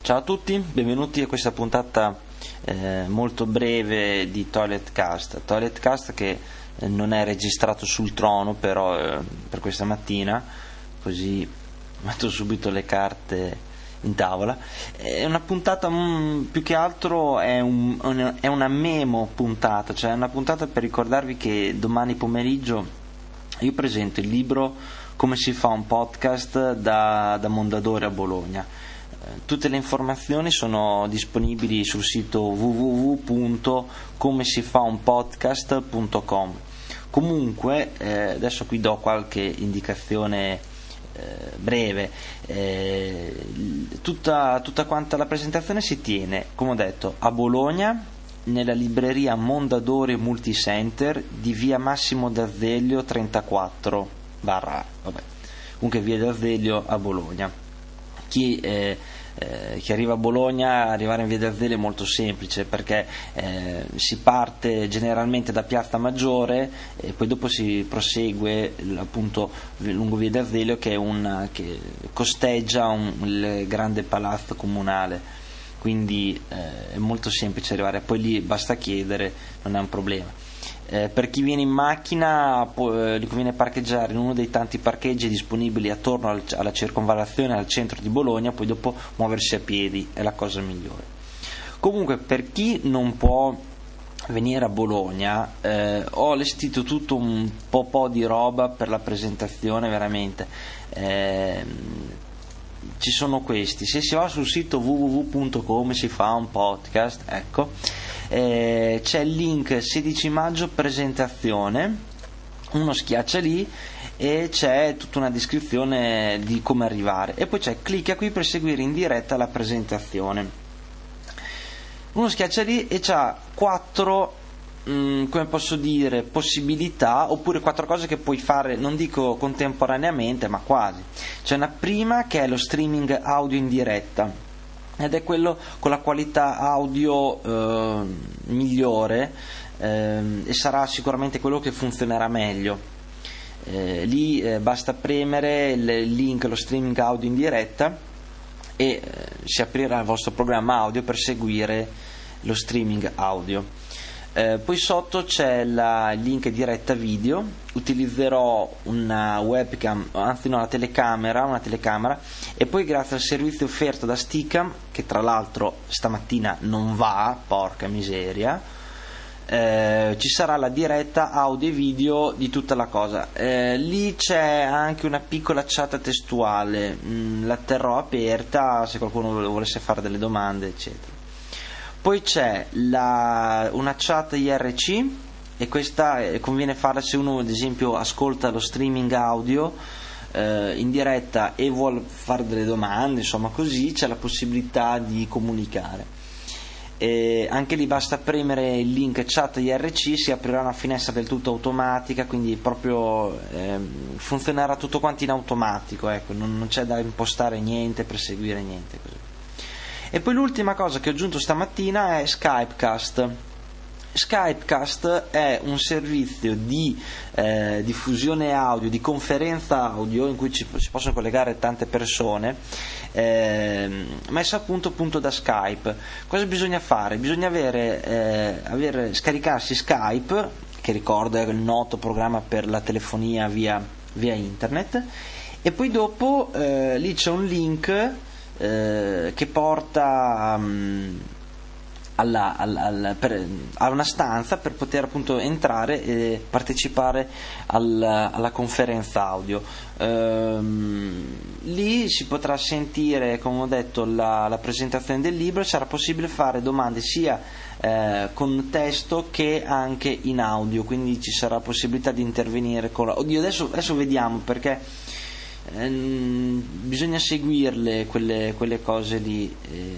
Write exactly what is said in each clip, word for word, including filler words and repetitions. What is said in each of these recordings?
Ciao a tutti, benvenuti a questa puntata eh, molto breve di Toiletcast. Toiletcast che eh, non è registrato sul trono però eh, per questa mattina, così metto subito le carte in tavola. È una puntata mh, più che altro è, un, è una memo puntata, cioè una puntata per ricordarvi che domani pomeriggio io presento il libro Come si fa un podcast da, da Mondadori a Bologna. Tutte le informazioni sono disponibili sul sito w w w punto come si fa un podcast punto com. Comunque eh, adesso qui do qualche indicazione eh, breve. eh, tutta, tutta quanta la presentazione si tiene, come ho detto, a Bologna, nella libreria Mondadori Multicenter di via Massimo d'Azeglio trentaquattro barra vabbè comunque via d'Azeglio a Bologna. Chi, eh, eh, chi arriva a Bologna, arrivare in via d'Azeglio è molto semplice, perché eh, si parte generalmente da Piazza Maggiore e poi dopo si prosegue appunto lungo via d'Azeglio, che è una che costeggia un, il grande palazzo comunale, quindi eh, è molto semplice arrivare, poi lì basta chiedere, non è un problema. Eh, per chi viene in macchina può, eh, gli conviene parcheggiare in uno dei tanti parcheggi disponibili attorno al, alla circonvallazione al centro di Bologna, poi dopo muoversi a piedi è la cosa migliore. Comunque, per chi non può venire a Bologna, eh, ho allestito tutto un po' po' di roba per la presentazione, veramente. Eh, ci sono questi, se si va sul sito w w w punto come si fa un podcast, ecco, eh, c'è il link sedici maggio presentazione, uno schiaccia lì e c'è tutta una descrizione di come arrivare, e poi c'è clicca qui per seguire in diretta la presentazione. Uno schiaccia lì e c'ha quattro mh, come posso dire, possibilità, oppure quattro cose che puoi fare, non dico contemporaneamente ma quasi. C'è una prima che è lo streaming audio in diretta, ed è quello con la qualità audio eh, migliore, eh, e sarà sicuramente quello che funzionerà meglio. Eh, lì eh, basta premere il link, lo streaming audio in diretta, e eh, si aprirà il vostro programma audio per seguire lo streaming audio. Eh, poi sotto c'è la, il link diretta video. Utilizzerò una webcam, anzi no, una telecamera, una telecamera, e poi grazie al servizio offerto da Steadicam, che tra l'altro stamattina non va, porca miseria, eh, ci sarà la diretta audio e video di tutta la cosa. Eh, lì c'è anche una piccola chat testuale, mm, la terrò aperta se qualcuno volesse fare delle domande, eccetera. Poi c'è la, una chat I R C, e questa conviene farla se uno ad esempio ascolta lo streaming audio eh, in diretta e vuole fare delle domande, insomma così c'è la possibilità di comunicare. E anche lì basta premere il link chat I R C, si aprirà una finestra del tutto automatica, quindi proprio eh, funzionerà tutto quanto in automatico, ecco, non, non c'è da impostare niente per seguire niente così. E poi l'ultima cosa che ho aggiunto stamattina è Skypecast. Skypecast è un servizio di eh, diffusione audio, di conferenza audio, in cui ci, si possono collegare tante persone, eh, messa appunto, appunto da Skype. Cosa bisogna fare? Bisogna avere, eh, avere, scaricarsi Skype, che ricordo è il noto programma per la telefonia via, via internet, e poi dopo eh, lì c'è un link Eh, che porta um, alla, alla, alla, per, a una stanza per poter appunto entrare e partecipare alla, alla conferenza audio. Ehm, lì si potrà sentire, come ho detto, la, la presentazione del libro, e sarà possibile fare domande sia eh, con testo che anche in audio, quindi ci sarà possibilità di intervenire con la... Oddio, adesso, adesso vediamo, perché Ehm, bisogna seguirle quelle, quelle cose lì,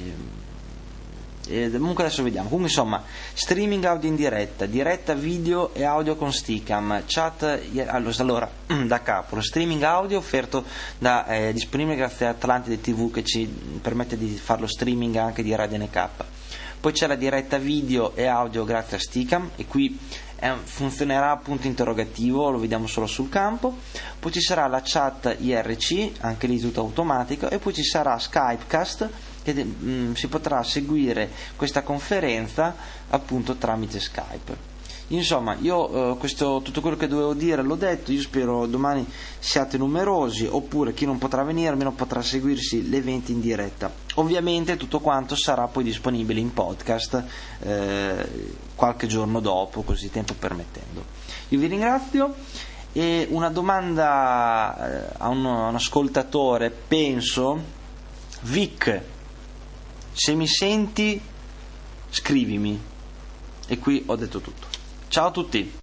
e, e comunque adesso vediamo. Comunque insomma, streaming audio in diretta, diretta video e audio con Steadicam, chat. Allora, da capo, lo streaming audio offerto da eh, disponibile grazie a Atlantide tivù, che ci permette di fare lo streaming anche di Radio N K. Poi c'è la diretta video e audio grazie a Steadicam, e qui eh, funzionerà punto interrogativo, lo vediamo solo sul campo. Poi ci sarà la chat I R C, anche lì tutto automatico, e poi ci sarà Skypecast, che che mh, si potrà seguire questa conferenza appunto tramite Skype. Insomma, io eh, questo, tutto quello che dovevo dire l'ho detto. Io spero domani siate numerosi, oppure chi non potrà venire almeno potrà seguirsi l'evento in diretta. Ovviamente tutto quanto sarà poi disponibile in podcast eh, qualche giorno dopo, così tempo permettendo. Io vi ringrazio. E una domanda eh, a, un, a un ascoltatore, penso: Vic, se mi senti scrivimi. E qui ho detto tutto. Ciao a tutti.